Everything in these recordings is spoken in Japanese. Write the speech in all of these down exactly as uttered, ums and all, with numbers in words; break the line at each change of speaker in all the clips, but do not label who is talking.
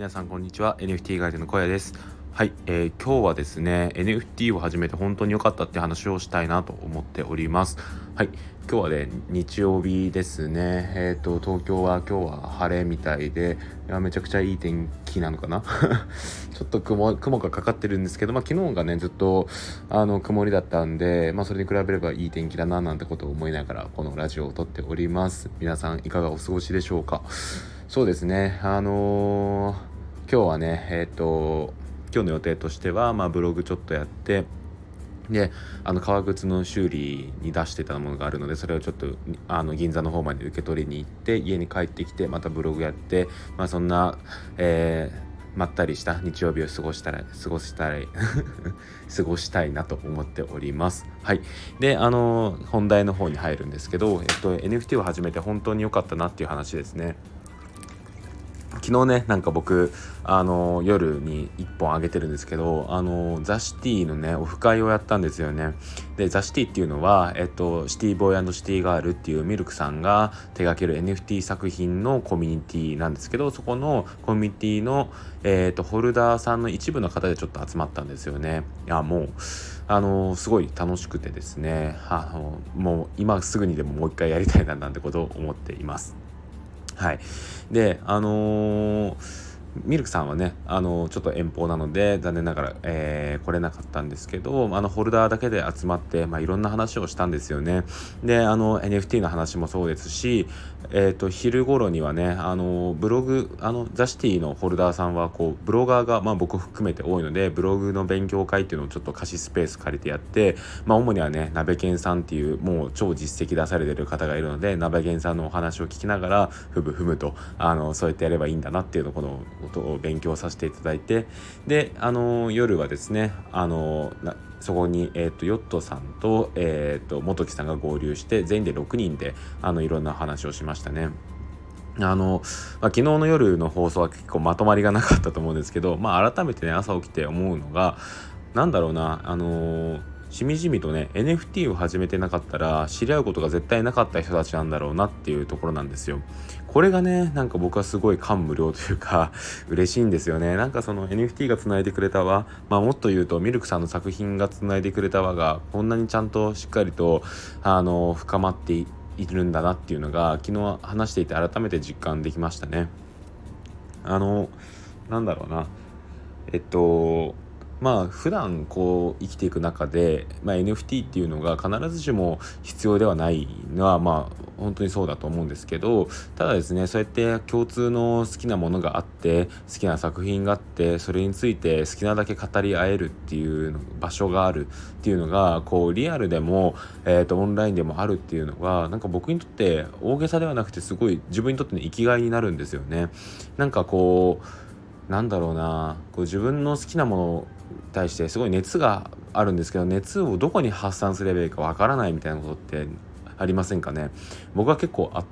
皆さんこんにちは。 エヌエフティー ガイドの小屋です。はい、えー、今日はですね エヌエフティー を始めて本当に良かったって話をしたいなと思っております。はい、今日はね日曜日ですね。えっ、ー、と東京は今日は晴れみたいで、いやめちゃくちゃいい天気なのかなちょっと雲雲がかかってるんですけど、まあ昨日がねずっとあの曇りだったんで、まあそれに比べればいい天気だななんてことを思いながらこのラジオを撮っております。皆さんいかがお過ごしでしょうか。そうですね、あのー、今日はねえっ、ー、と今日の予定としては、まあ、ブログちょっとやって、であの革靴の修理に出してたものがあるので、それをちょっとあの銀座の方まで受け取りに行って、家に帰ってきてまたブログやって、まあ、そんな、えー、まったりした日曜日を過ごしたら過ごしたら過ごしたいなと思っております。はい。で、あの本題の方に入るんですけど、えっと エヌエフティー を始めて本当に良かったなっていう話ですね。昨日ねなんか僕あの夜にいっぽんあげてるんですけど、あのザ・シティのねオフ会をやったんですよね。でザ・シティっていうのは、えっと、シティボーイ&シティガールっていうミルクさんが手掛ける エヌエフティー 作品のコミュニティなんですけど、そこのコミュニティの、えっと、ホルダーさんの一部の方でちょっと集まったんですよね。いやもうあのすごい楽しくてですね、あのもう今すぐにでももう一回やりたいななんてことを思っています。はい。で、あのーミルクさんはね、あのーちょっと遠方なので残念ながら、えー来れなかったんですけど、あのホルダーだけで集まって、まあ、いろんな話をしたんですよね。で、あの エヌエフティー の話もそうですし、えー、と昼頃にはね、あのブログあのザ・シティのホルダーさんはこうブロガーが、まあ、僕含めて多いので、ブログの勉強会っていうのをちょっと貸しスペース借りてやって、まあ、主にはね鍋健さんっていうもう超実績出されてる方がいるので、鍋健さんのお話を聞きながらふむふむとあのそうやってやればいいんだなっていうのこのことを勉強させていただいて、であの夜はですねあのなそこに、えー、とヨットさんと,、えー、と元木さんが合流して全員でろくにんであのいろんな話をしましたね。あの、まあ、昨日の夜の放送は結構まとまりがなかったと思うんですけど、まあ、改めてね朝起きて思うのが、なんだろうな、あのーしみじみとね エヌエフティー を始めてなかったら知り合うことが絶対なかった人たちなんだろうなっていうところなんですよ。これがねなんか僕はすごい感無量というか嬉しいんですよね。なんかその エヌエフティー がつないでくれた輪、まあもっと言うとミルクさんの作品がつないでくれた輪がこんなにちゃんとしっかりとあの深まっているんだなっていうのが昨日話していて改めて実感できましたね。あのなんだろうな、えっとまあ普段こう生きていく中で、まあ、エヌエフティー っていうのが必ずしも必要ではないのはまあ本当にそうだと思うんですけど、ただですねそうやって共通の好きなものがあって好きな作品があって、それについて好きなだけ語り合えるっていう場所があるっていうのがこうリアルでも、えーとオンラインでもあるっていうのがなんか僕にとって大げさではなくてすごい自分にとっての生きがいになるんですよね。なんかこうなんだろうな、こう自分の好きなものに対してすごい熱があるんですけど、熱をどこに発散すればいいかわからないみたいなことってありませんかね。僕は結構あって、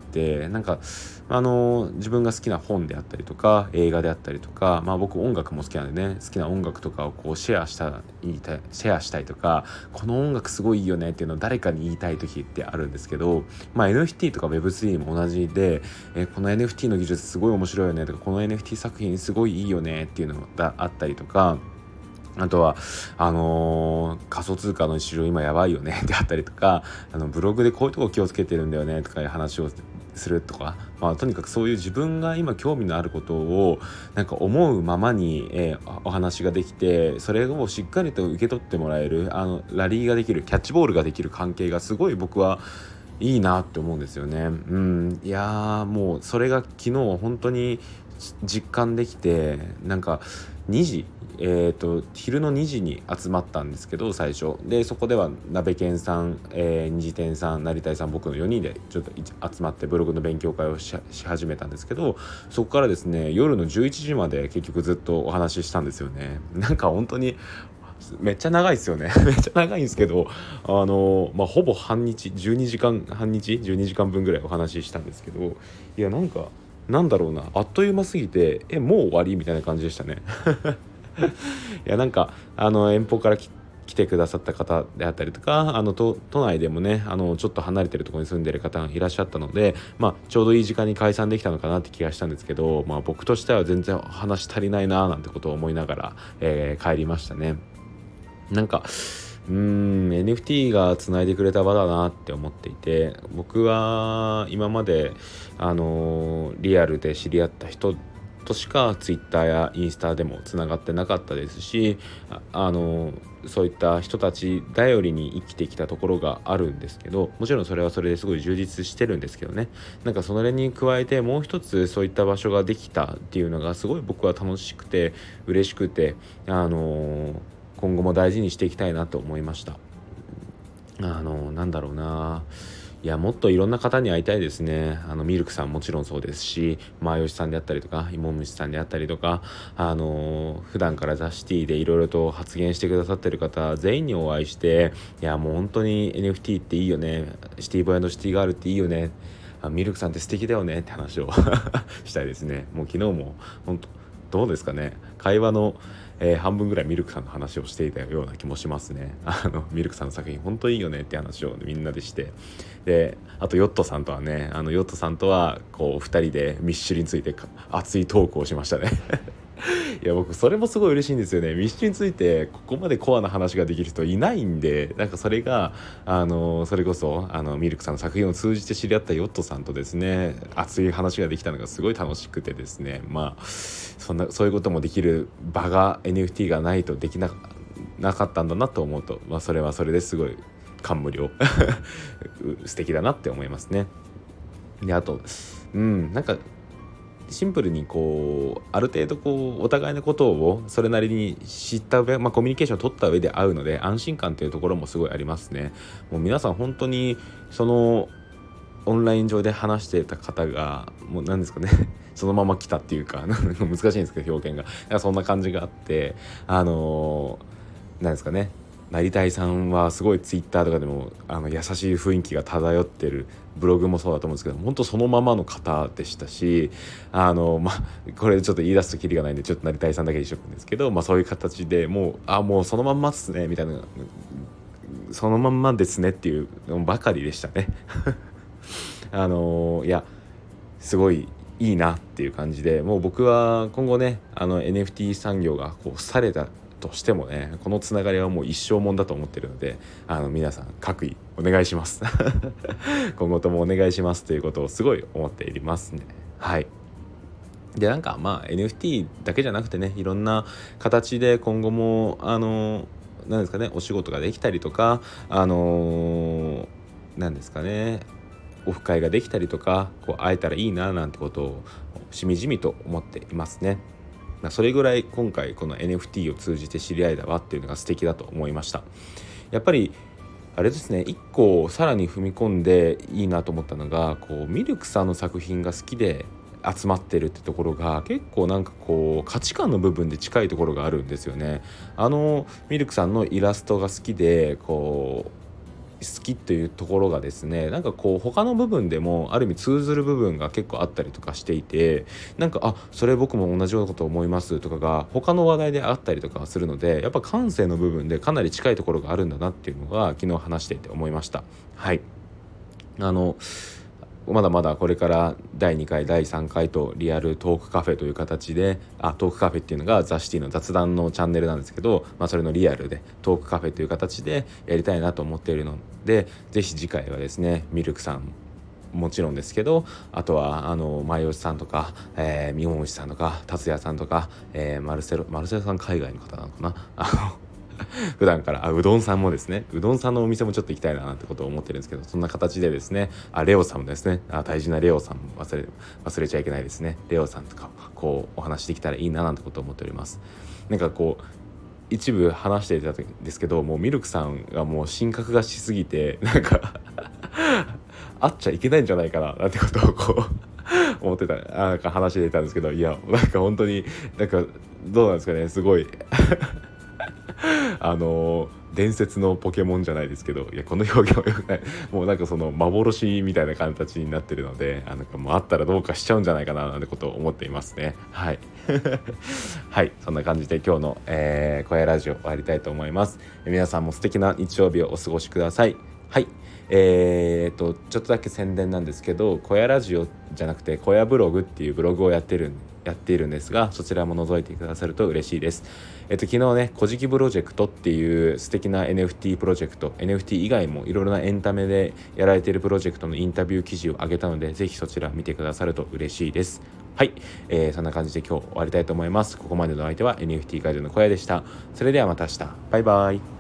なんかあの自分が好きな本であったりとか映画であったりとか、まあ僕音楽も好きなんでね、好きな音楽とかをこうシェアした言いたいシェアしたいとか、この音楽すごいいいよねっていうのを誰かに言いたい時ってあるんですけど、まあ エヌエフティー とか ウェブスリー も同じで、えこの エヌエフティー の技術すごい面白いよねとか、この エヌエフティー 作品すごいいいよねっていうのがあったりとか、あとはあのー、仮想通貨の市場今やばいよねであったりとか、あのブログでこういうとこ気をつけてるんだよねとかいう話をするとか、まあ、とにかくそういう自分が今興味のあることをなんか思うままに、えー、お話ができて、それをしっかりと受け取ってもらえる、あのラリーができる、キャッチボールができる関係がすごい僕はいいなって思うんですよね。うん、いやーもうそれが昨日本当に実感できて、なんかにじえー、と昼のにじに集まったんですけど、最初でそこでは鍋健さん、えー、二次天さん、成田さん、僕のよにんでちょっと集まってブログの勉強会を し, し始めたんですけど、そこからですね夜のじゅういちじまで結局ずっとお話ししたんですよね。なんか本当にめっちゃ長いですよねめっちゃ長いんですけど、あのまあほぼ半日じゅうにじかん半日じゅうにじかんぶんぐらいお話ししたんですけど、いやなんかなんだろうな、あっという間すぎてえもう終わりみたいな感じでしたねいやなんかあの遠方から来来てくださった方であったりとか、あの都都内でもねあのちょっと離れてるところに住んでる方がいらっしゃったので、まあ、ちょうどいい時間に解散できたのかなって気がしたんですけど、まあ、僕としては全然話足りないななんてことを思いながら、えー、帰りましたね。なんかうーん エヌエフティー がつないでくれた場だなって思っていて、僕は今まであのリアルで知り合った人としかツイッターやインスタでもつながってなかったですし、ああのそういった人たち頼りに生きてきたところがあるんですけど、もちろんそれはそれですごい充実してるんですけどね、なんかそれに加えてもう一つそういった場所ができたっていうのがすごい僕は楽しくて嬉しくて、あの今後も大事にしていきたいなと思いました。あのなんだろうないやもっといろんな方に会いたいですね。あのミルクさんもちろんそうですし、マーヨシさんであったりとか、イモムシさんであったりとか、あの普段からザ・シティでいろいろと発言してくださってる方全員にお会いして、いやもう本当に エヌエフティー っていいよね、シティボーイ&シティガールっていいよね、あミルクさんって素敵だよねって話をしたいですね。もう昨日も本当どうですかね、会話の、えー、半分ぐらいミルクさんの話をしていたような気もしますね。あのミルクさんの作品本当いいよねって話をみんなでして、であとヨットさんとはね、あのヨットさんとはこうふたりでミッシュリについて熱いトークをしましたねいや僕それもすごい嬉しいんですよね。ミッシュについてここまでコアな話ができる人いないんで、なんかそれがあのそれこそあのミルクさんの作品を通じて知り合ったヨットさんとですね熱い話ができたのがすごい楽しくてですね、まあそんなそういうこともできる場が エヌエフティー がないとできななかったんだなと思うと、まあ、それはそれですごい感無量素敵だなって思いますね。であとうんなんかシンプルにこうある程度こうお互いのことをそれなりに知った上、まあ、コミュニケーションを取った上で会うので安心感というところもすごいありますね。もう皆さん本当にそのオンライン上で話していた方がもう何ですかねそのまま来たっていうか難しいんですけど表現が、だからそんな感じがあって、あのー、なんですかね、成田さんはすごいツイッターとかでもあの優しい雰囲気が漂ってるブログもそうだと思うんですけど、本当そのままの方でしたし、あのまあこれちょっと言い出すとキリがないんでちょっと成田さんだけにしとくんですけど、まあそういう形でもうあもうそのまんまっすねみたいな、そのまんまですねっていうのばかりでしたねあのいやすごいいいなっていう感じで、もう僕は今後ねあの エヌエフティー 産業がこうされたとしてもね、このつながりはもう一生もんだと思ってるので、あの皆さん各位お願いします今後ともお願いしますということをすごい思っていますね。はい。でなんかまあ エヌエフティー だけじゃなくてね、いろんな形で今後もあの何ですかねお仕事ができたりとか、あの何ですかねオフ会ができたりとかこう会えたらいいななんてことをしみじみと思っていますね。それぐらい今回この エヌエフティー を通じて知り合いだわっていうのが素敵だと思いました。やっぱりあれですね、一個さらに踏み込んでいいなと思ったのが、こうミルクさんの作品が好きで集まってるってところが結構なんかこう価値観の部分で近いところがあるんですよね。あのミルクさんのイラストが好きでこう好きっていうところがですね、なんかこう他の部分でもある意味通ずる部分が結構あったりとかしていて、なんかあそれ僕も同じようなこと思いますとかが他の話題であったりとかするので、やっぱ感性の部分でかなり近いところがあるんだなっていうのが昨日話していて思いました。はい。あのまだまだこれからだいにかいだいさんかいとリアルトークカフェという形で、あトークカフェっていうのがザ・シティの雑談のチャンネルなんですけど、まあ、それのリアルでトークカフェという形でやりたいなと思っているので、ぜひ次回はですねミルクさんもちろんですけど、あとはあの前吉さんとか、えー、三本さんとか達也さんとか、えー、マルセロマルセロさん海外の方なのかなあの普段からあうどんさんもですね、うどんさんのお店もちょっと行きたいななんてことを思ってるんですけど、そんな形でですね、あレオさんもですね、あ大事なレオさんも忘れ忘れちゃいけないですね。レオさんとかこうお話できたらいいななんてことを思っております。なんかこう一部話していたんですけど、もうミルクさんがもう神格がしすぎてなんか会っちゃいけないんじゃないかななんてことをこう思ってたなんか話していたんですけど、いやなんか本当になんかどうなんですかね、すごいあの伝説のポケモンじゃないですけど、いやこの表現はよくないもうなんかその幻みたいな形になってるので、あなんかもうあったらどうかしちゃうんじゃないかななんてことを思っていますね。はいはい、そんな感じで今日の、えー、小屋ラジオ終わりたいと思います。皆さんも素敵な日曜日をお過ごしください。はい、えー、っとちょっとだけ宣伝なんですけど、小屋ラジオじゃなくて小屋ブログっていうブログをやってるんやっているんですが、そちらも覗いてくださると嬉しいです。えっと昨日ね、古事記プロジェクトっていう素敵な エヌエフティー プロジェクト、 エヌエフティー 以外もいろいろなエンタメでやられているプロジェクトのインタビュー記事を上げたので、ぜひそちら見てくださると嬉しいです。はい、えー、そんな感じで今日終わりたいと思います。ここまでの相手は エヌエフティー ガイドの小屋でした。それではまた明日、バイバイ。